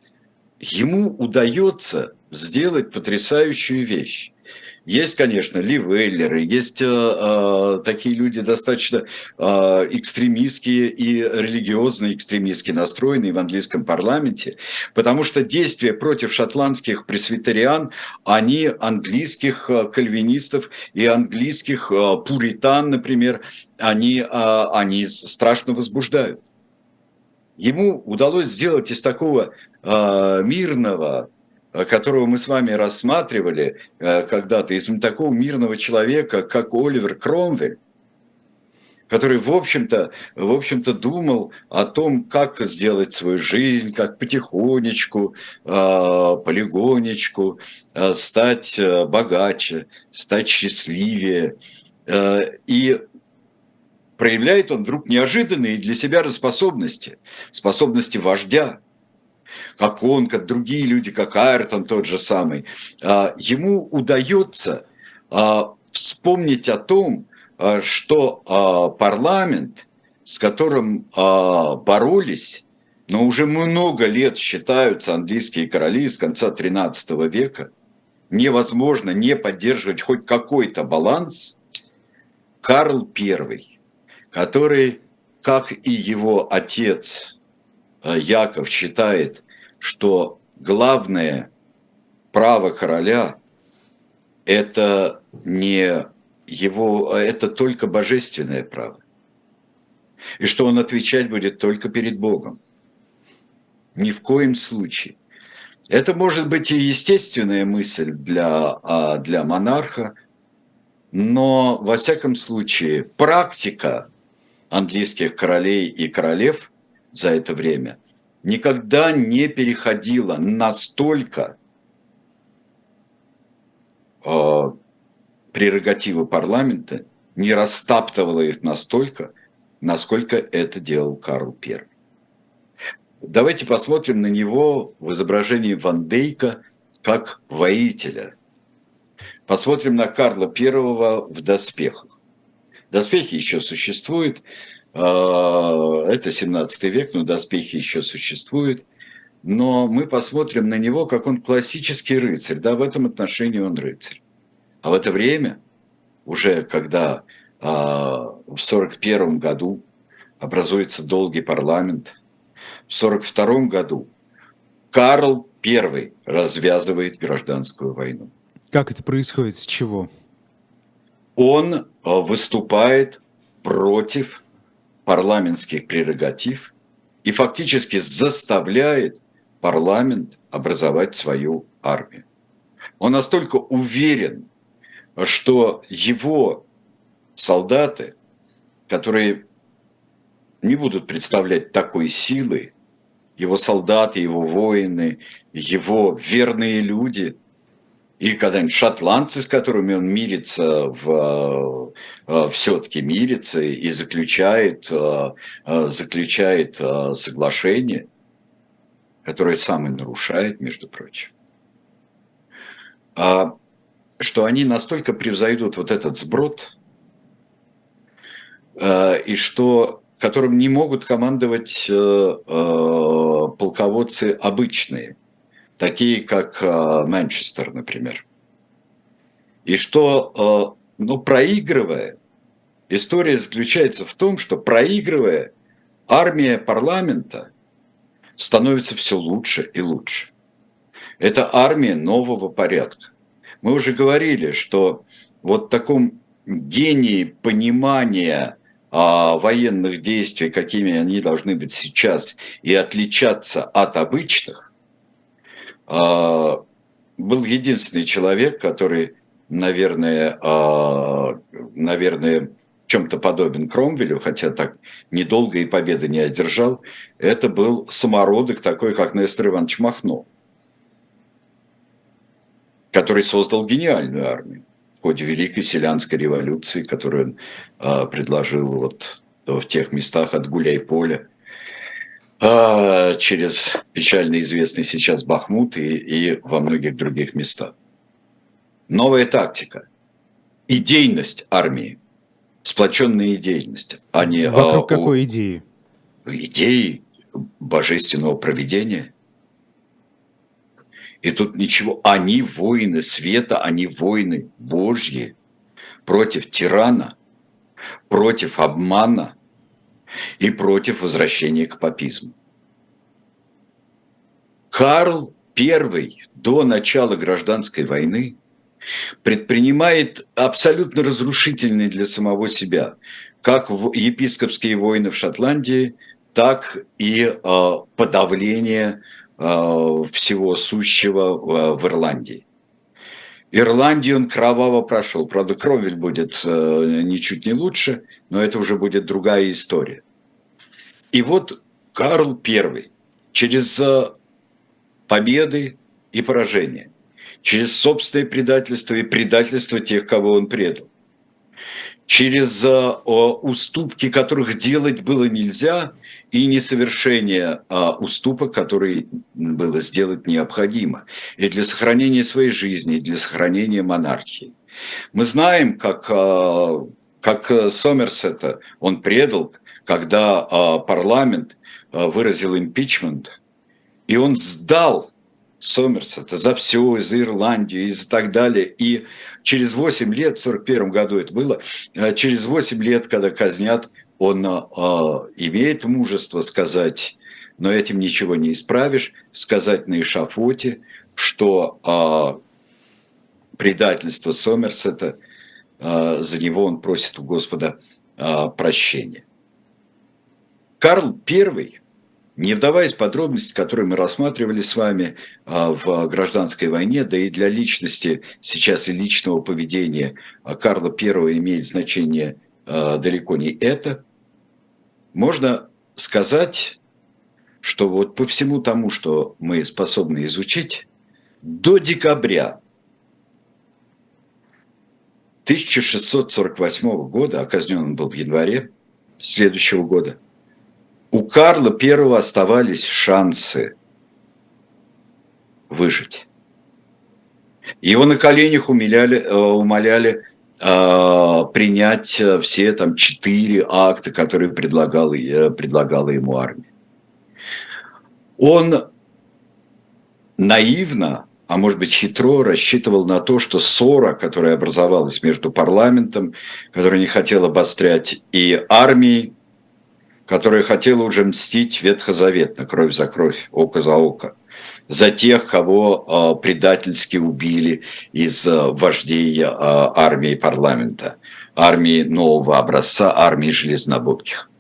Speaker 2: Ему удается сделать потрясающую вещь. Есть, конечно, ливейлеры, есть э, э, такие люди достаточно э, экстремистские и религиозно экстремистски настроенные в английском парламенте, потому что действия против шотландских пресвитериан, они английских э, кальвинистов и английских э, пуритан, например, они, э, они страшно возбуждают. Ему удалось сделать из такого э, мирного, которого мы с вами рассматривали э, когда-то, из такого мирного человека, как Оливер Кромвель, который, в общем-то, в общем-то, думал о том, как сделать свою жизнь, как потихонечку, э, полигонечку э, стать богаче, стать счастливее. Э, и проявляет он вдруг неожиданные для себя способности, способности вождя, как он, как другие люди, как Айртон тот же самый. Ему удается вспомнить о том, что парламент, с которым боролись, но уже много лет считаются английские короли с конца тринадцатого века, невозможно не поддерживать хоть какой-то баланс. Карл Первый, который, как и его отец Яков, считает, что главное право короля – это не его, это только божественное право, и что он отвечать будет только перед Богом. Ни в коем случае. Это может быть и естественная мысль для, для монарха, но, во всяком случае, практика английских королей и королев за это время никогда не переходила настолько э, прерогативы парламента, не растаптывала их настолько, насколько это делал Карл Первый. Давайте посмотрим на него в изображении Ван Дейка как воителя. Посмотрим на Карла Первого в доспехах. Доспехи еще существуют. Это семнадцатый век, но доспехи еще существуют. Но мы посмотрим на него, как он классический рыцарь. Да, в этом отношении он рыцарь. А в это время, уже когда в сорок первом году образуется долгий парламент, в сорок втором году Карл Первый развязывает гражданскую войну.
Speaker 1: Как это происходит? С чего?
Speaker 2: Он выступает против парламентских прерогатив и фактически заставляет парламент образовать свою армию. Он настолько уверен, что его солдаты, которые не будут представлять такой силы, его солдаты, его воины, его верные люди, и когда-нибудь шотландцы, с которыми он мирится, в, все-таки мирится и заключает, заключает соглашение, которое сам и нарушает, между прочим, что они настолько превзойдут вот этот сброд, и что которым не могут командовать полководцы обычные, такие как Манчестер, например. И что, ну, проигрывая, история заключается в том, что проигрывая, армия парламента становится все лучше и лучше. Это армия нового порядка. Мы уже говорили, что вот в таком гении понимания военных действий, какими они должны быть сейчас, и отличаться от обычных, был единственный человек, который, наверное, наверное, в чем-то подобен Кромвелю, хотя так недолго и победы не одержал, это был самородок такой, как Нестор Иванович Махно, который создал гениальную армию в ходе Великой Селянской революции, которую он а, предложил вот в тех местах от Гуляйполя а, через печально известный сейчас Бахмут и, и во многих других местах. Новая тактика, идейность армии, сплоченная идейность, а не...
Speaker 1: Вокруг
Speaker 2: а,
Speaker 1: какой
Speaker 2: у,
Speaker 1: идеи?
Speaker 2: Идеи божественного провидения. И тут ничего, они воины света, они воины Божьи против тирана, против обмана и против возвращения к папизму. Карл Первый до начала гражданской войны предпринимает абсолютно разрушительные для самого себя как епископские войны в Шотландии, так и э, подавление всего сущего в Ирландии. Ирландию он кроваво прошел. Правда, Кромвель будет ничуть не лучше, но это уже будет другая история. И вот Карл Первый через победы и поражения, через собственное предательство и предательство тех, кого он предал, через уступки, которых делать было нельзя, и несовершение а, уступок, которые было сделать необходимо. И для сохранения своей жизни, и для сохранения монархии. Мы знаем, как, а, как Сомерсета он предал, когда а, парламент а, выразил импичмент, и он сдал Сомерсета за все, и за Ирландию, и за так далее. И через восемь лет, в сорок первом году это было, через восемь лет, когда казнят, он э, имеет мужество сказать, но этим ничего не исправишь, сказать на эшафоте, что э, предательство Сомерсета, э, за него он просит у Господа э, прощения. Карл Первый, не вдаваясь в подробности, которые мы рассматривали с вами э, в гражданской войне, да и для личности сейчас и личного поведения Карла Первого имеет значение э, далеко не это, можно сказать, что вот по всему тому, что мы способны изучить, до декабря тысяча шестьсот сорок восьмого года, а казнен он был в январе следующего года, у Карла Первого оставались шансы выжить. Его на коленях умоляли, умоляли принять все там четыре акта, которые предлагала, предлагала ему армия. Он наивно, а может быть хитро рассчитывал на то, что ссора, которая образовалась между парламентом, который не хотел обострять, и армией, которая хотела уже мстить ветхозаветно, кровь за кровь, око за око, за тех, кого э, предательски убили из э, вождей э, армии парламента, армии нового образца, армии железнобоких.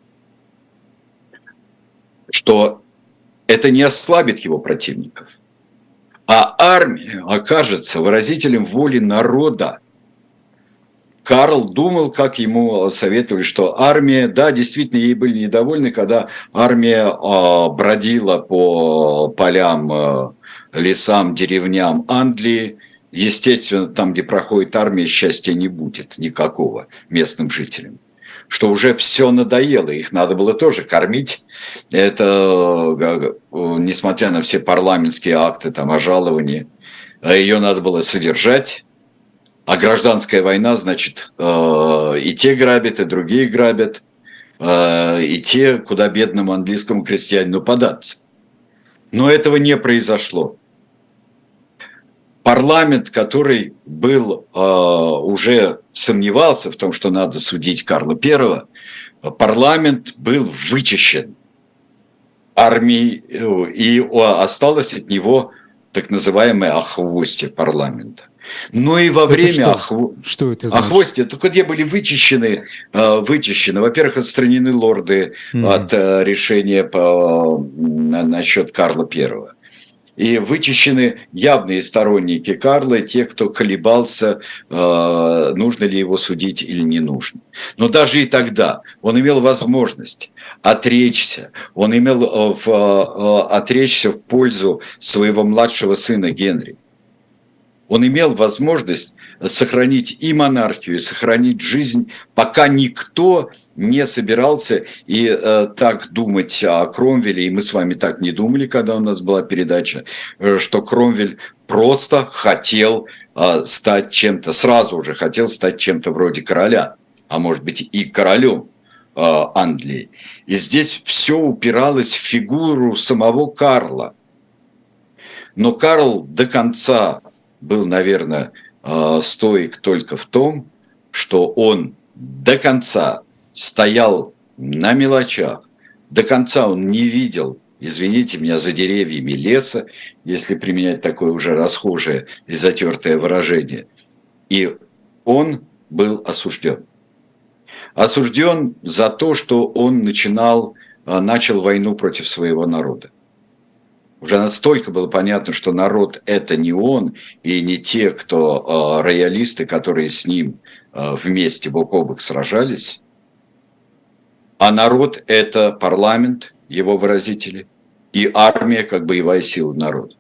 Speaker 2: Что это не ослабит его противников, а армия окажется выразителем воли народа, Карл думал, как ему советовали, что армия, да, действительно, ей были недовольны, когда армия э, бродила по полям, э, лесам, деревням Англии. Естественно, там, где проходит армия, счастья не будет никакого местным жителям. Что уже все надоело, их надо было тоже кормить. Это, несмотря на все парламентские акты там, о жаловании, ее надо было содержать. А гражданская война, значит, и те грабят, и другие грабят, и те, куда бедному английскому крестьянину податься. Но этого не произошло. Парламент, который был, уже сомневался в том, что надо судить Карла Первого, парламент был вычищен армией, и осталось от него так называемое охвостье парламента. Но и во
Speaker 1: это
Speaker 2: время
Speaker 1: что?
Speaker 2: охв...
Speaker 1: Что это значит?
Speaker 2: охвостья, только где были вычищены, вычищены, во-первых, отстранены лорды mm-hmm. от решения по... насчет Карла Первого. И вычищены явные сторонники Карла, те, кто колебался, нужно ли его судить или не нужно. Но даже и тогда он имел возможность отречься, он имел в... отречься в пользу своего младшего сына Генри. Он имел возможность сохранить и монархию, и сохранить жизнь, пока никто не собирался и э, так думать о Кромвеле, и мы с вами так не думали, когда у нас была передача, э, что Кромвель просто хотел э, стать чем-то, сразу уже хотел стать чем-то вроде короля, а может быть и королем э, Англии. И здесь все упиралось в фигуру самого Карла. Но Карл до конца был, наверное, стоик только в том, что он до конца стоял на мелочах, до конца он не видел, извините меня, за деревьями леса, если применять такое уже расхожее и затертое выражение. И он был осужден. Осужден за то, что он начинал, начал войну против своего народа. Уже настолько было понятно, что народ – это не он, и не те, кто э, роялисты, которые с ним э, вместе бок о бок сражались, а народ – это парламент, его выразители, и армия как боевая сила народа.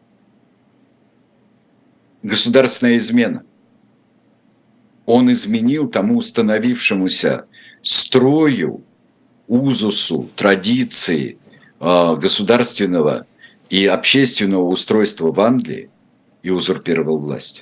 Speaker 2: Государственная измена. Он изменил тому установившемуся строю, узусу, традиции э, государственного и общественного устройства в Англии и узурпировал власть.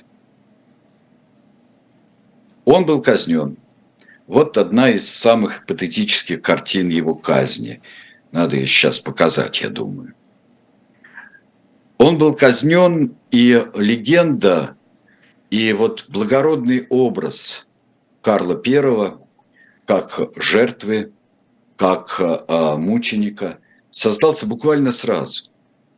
Speaker 2: Он был казнен. Вот одна из самых патетических картин его казни. Надо ее сейчас показать, я думаю. Он был казнен, и легенда, и вот благородный образ Карла Первого как жертвы, как э, мученика создался буквально сразу.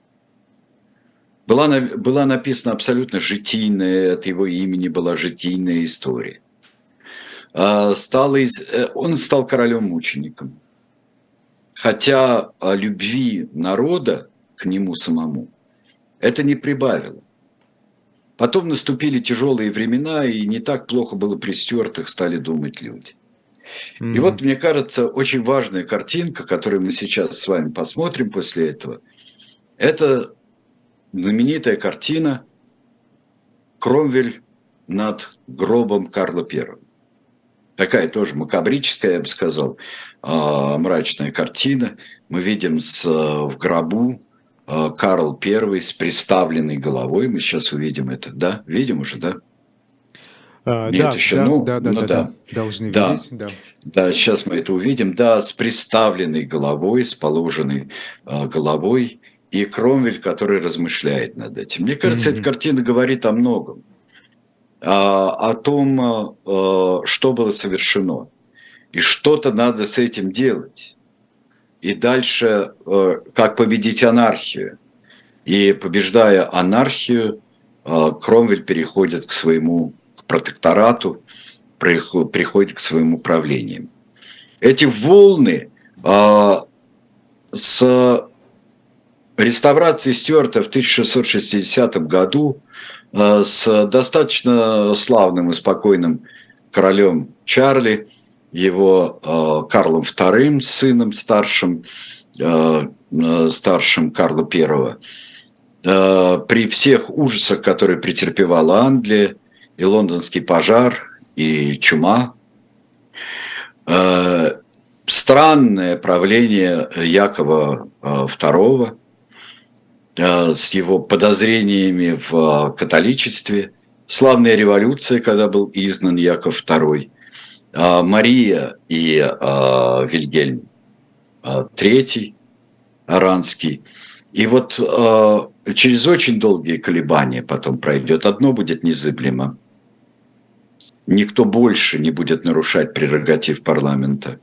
Speaker 2: Была, была написана абсолютно житийная, от его имени была житийная история. Стал из, он стал королем-мучеником. Хотя о любви народа к нему самому это не прибавило. Потом наступили тяжелые времена, и не так плохо было при Стюартах, стали думать люди. Mm-hmm. И вот, мне кажется, очень важная картинка, которую мы сейчас с вами посмотрим после этого, это знаменитая картина «Кромвель над гробом Карла Первого». Такая тоже макабрическая, я бы сказал, мрачная картина. Мы видим с, в гробу Карл Первый с приставленной головой. Мы сейчас увидим это, да? Видим уже, да?
Speaker 1: А,
Speaker 2: Нет
Speaker 1: да,
Speaker 2: еще,
Speaker 1: да,
Speaker 2: ну,
Speaker 1: да, да,
Speaker 2: ну,
Speaker 1: да,
Speaker 2: да.
Speaker 1: да. Должны
Speaker 2: да.
Speaker 1: видеть, да.
Speaker 2: Да, сейчас мы это увидим. Да, с приставленной головой, с положенной э, головой. И Кромвель, который размышляет над этим. Мне кажется, mm-hmm. эта картина говорит о многом. О, о том, э, что было совершено. И что-то надо с этим делать. И дальше, э, как победить анархию. И побеждая анархию, э, Кромвель переходит к своему к протекторату, приходит к своему правлению. Эти волны э, с реставрации Стюарта в тысяча шестьсот шестидесятом году э, с достаточно славным и спокойным королем Чарли, его э, Карлом вторым, сыном старшим, э, старшим Карла Первого. Э, при всех ужасах, которые претерпевала Англия, и лондонский пожар, и чума, э, странное правление Якова э, Второго э, с его подозрениями в э, католичестве, славная революция, когда был изгнан Яков Второй, Мария и э, Вильгельм э, Третий, Оранский. И вот э, через очень долгие колебания потом пройдет. Одно будет незыблемо. Никто больше не будет нарушать прерогатив парламента.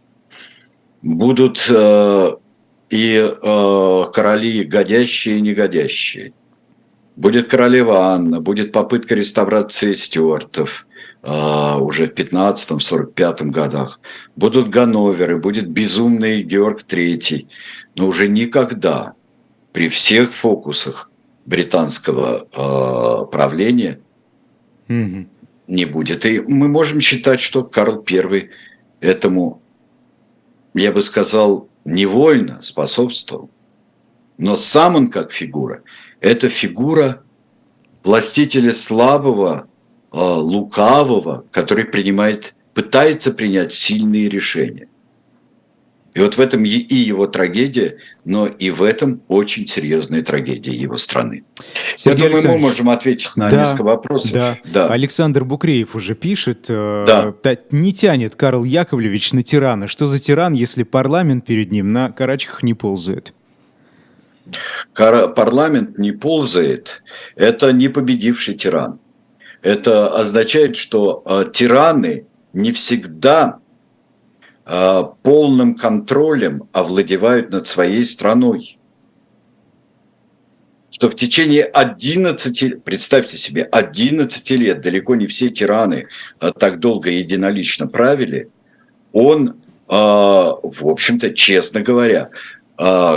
Speaker 2: Будут э, и э, короли годящие и негодящие. Будет королева Анна, будет попытка реставрации Стюартов, Uh, уже в пятнадцатом сорок пятом годах. Будут Ганноверы, будет безумный Георг Третий. Но уже никогда при всех фокусах британского uh, правления mm-hmm. не будет. И мы можем считать, что Карл Первый этому, я бы сказал, невольно способствовал. Но сам он как фигура, это фигура властителя слабого, лукавого, который принимает, пытается принять сильные решения. И вот в этом и его трагедия, но и в этом очень серьезная трагедия его страны.
Speaker 1: Сергей, я думаю,
Speaker 2: мы можем ответить на да, несколько вопросов.
Speaker 1: Да. Да. Александр Букреев уже пишет,
Speaker 2: да.
Speaker 1: э, не тянет Карл Яковлевич на тирана. Что за тиран, если парламент перед ним на карачках не ползает?
Speaker 2: Парламент не ползает, это не победивший тиран. Это означает, что э, тираны не всегда э, полным контролем овладевают над своей страной. Что в течение одиннадцати, представьте себе, одиннадцати лет, далеко не все тираны э, так долго единолично правили, он, э, в общем-то, честно говоря, э,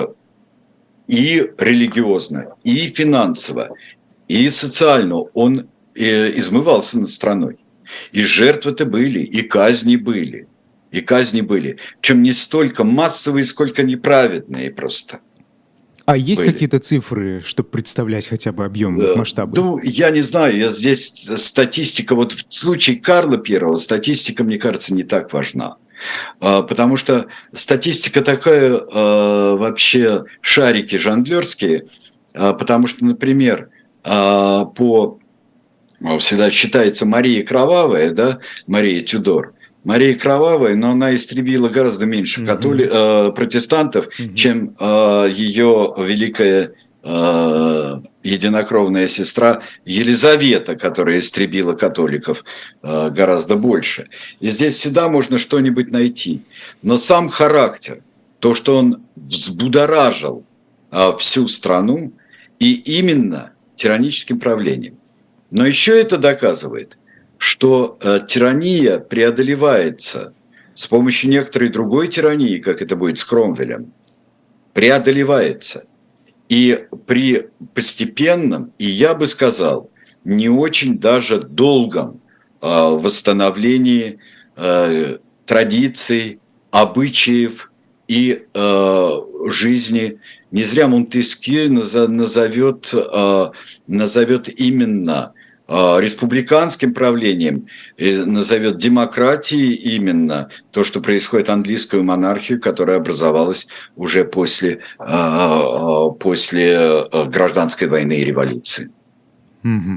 Speaker 2: и религиозно, и финансово, и социально он и измывался над страной. И жертвы-то были, и казни были, и казни были. Причем не столько массовые, сколько неправедные просто.
Speaker 1: А есть
Speaker 2: были.
Speaker 1: Какие-то цифры, чтобы представлять хотя бы объем, да, масштабы?
Speaker 2: Ну, я не знаю, я здесь статистика, вот в случае Карла Первого статистика, мне кажется, не так важна. Потому что статистика такая, вообще шарики жонглерские, потому что, например, по... всегда считается Мария Кровавая, да, Мария Тюдор. Мария Кровавая, но она истребила гораздо меньше mm-hmm. католи... э, протестантов, mm-hmm. чем э, ее великая э, единокровная сестра Елизавета, которая истребила католиков э, гораздо больше. И здесь всегда можно что-нибудь найти. Но сам характер, то, что он взбудоражил э, всю страну, и именно тираническим правлением. Но еще это доказывает, что э, тирания преодолевается с помощью некоторой другой тирании, как это будет с Кромвелем, преодолевается. И при постепенном, и я бы сказал, не очень даже долгом э, восстановлении э, традиций, обычаев и э, жизни. Не зря Монтескье назовет, э, назовет именно э, республиканским правлением, назовет демократией именно то, что происходит английскую монархию, которая образовалась уже после, э, после гражданской войны и революции.
Speaker 1: Mm-hmm.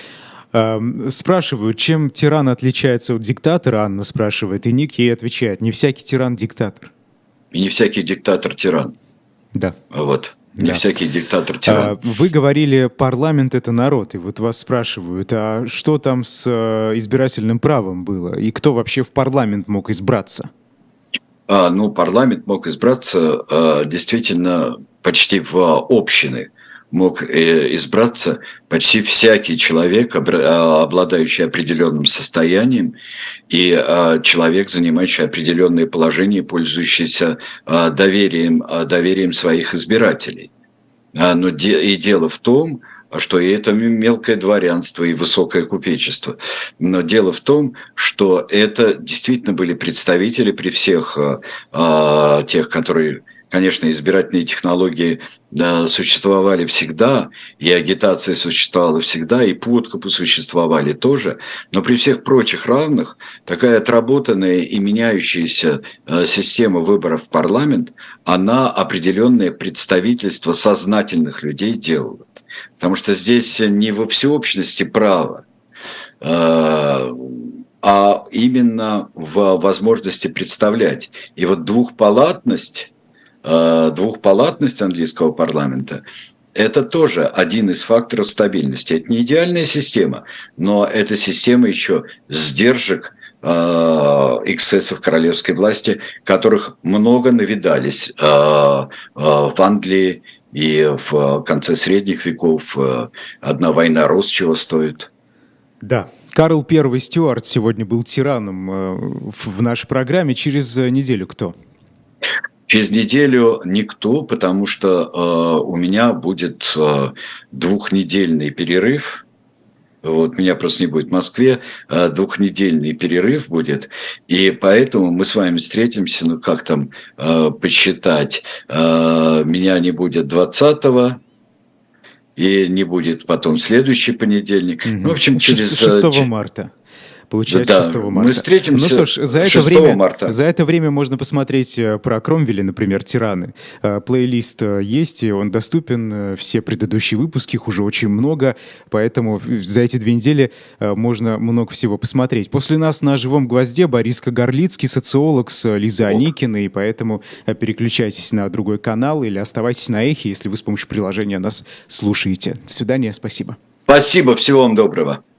Speaker 1: Спрашивают, чем тиран отличается от диктатора, Анна спрашивает, и Ник ей отвечает, не всякий тиран диктатор.
Speaker 2: И не всякий диктатор тиран.
Speaker 1: Да.
Speaker 2: Вот. Не
Speaker 1: да.
Speaker 2: всякий диктатор тиран.
Speaker 1: Вы говорили, парламент – это народ, и вот вас спрашивают, а что там с избирательным правом было, и кто вообще в парламент мог избраться?
Speaker 2: А, ну, парламент мог избраться а, действительно почти в общины. Мог избраться почти всякий человек, обладающий определенным состоянием, и человек, занимающий определенное положение, пользующийся доверием, доверием своих избирателей. Но и дело в том, а что и это мелкое дворянство и высокое купечество. Но дело в том, что это действительно были представители при всех а, тех, которые... Конечно, избирательные технологии да, существовали всегда, и агитация существовала всегда, и подкупы существовали тоже, но при всех прочих равных такая отработанная и меняющаяся э, система выборов в парламент, она определенное представительство сознательных людей делала. Потому что здесь не во всеобщности право, э, а именно в возможности представлять. И вот двухпалатность, Двухпалатность английского парламента – это тоже один из факторов стабильности. Это не идеальная система, но это система еще сдержек э, эксцессов королевской власти, которых много навидались э, э, в Англии и в конце средних веков. Э, одна война Рос чего стоит.
Speaker 1: Да. Карл Первый Стюарт сегодня был тираном э, в нашей программе. Через неделю кто?
Speaker 2: Через неделю никто, потому что э, у меня будет э, двухнедельный перерыв. Вот, меня просто не будет в Москве. Э, двухнедельный перерыв будет. И поэтому мы с вами встретимся, ну как там э, посчитать, э, меня не будет двадцатого, и не будет потом следующий понедельник. Mm-hmm. Ну, в общем, через...
Speaker 1: шестого марта. Получается,
Speaker 2: да,
Speaker 1: шестого марта.
Speaker 2: Мы встретимся
Speaker 1: ну что ж, за это время, марта. За это время можно посмотреть про Кромвеля, например, «Тираны». Плейлист есть, и он доступен. Все предыдущие выпуски, их уже очень много, поэтому за эти две недели можно много всего посмотреть. После нас на «Живом гвозде» Борис Горлицкий, социолог с Лизой Аникиной, и поэтому переключайтесь на другой канал или оставайтесь на Эхе, если вы с помощью приложения нас слушаете. До свидания, спасибо.
Speaker 2: Спасибо, всего вам доброго.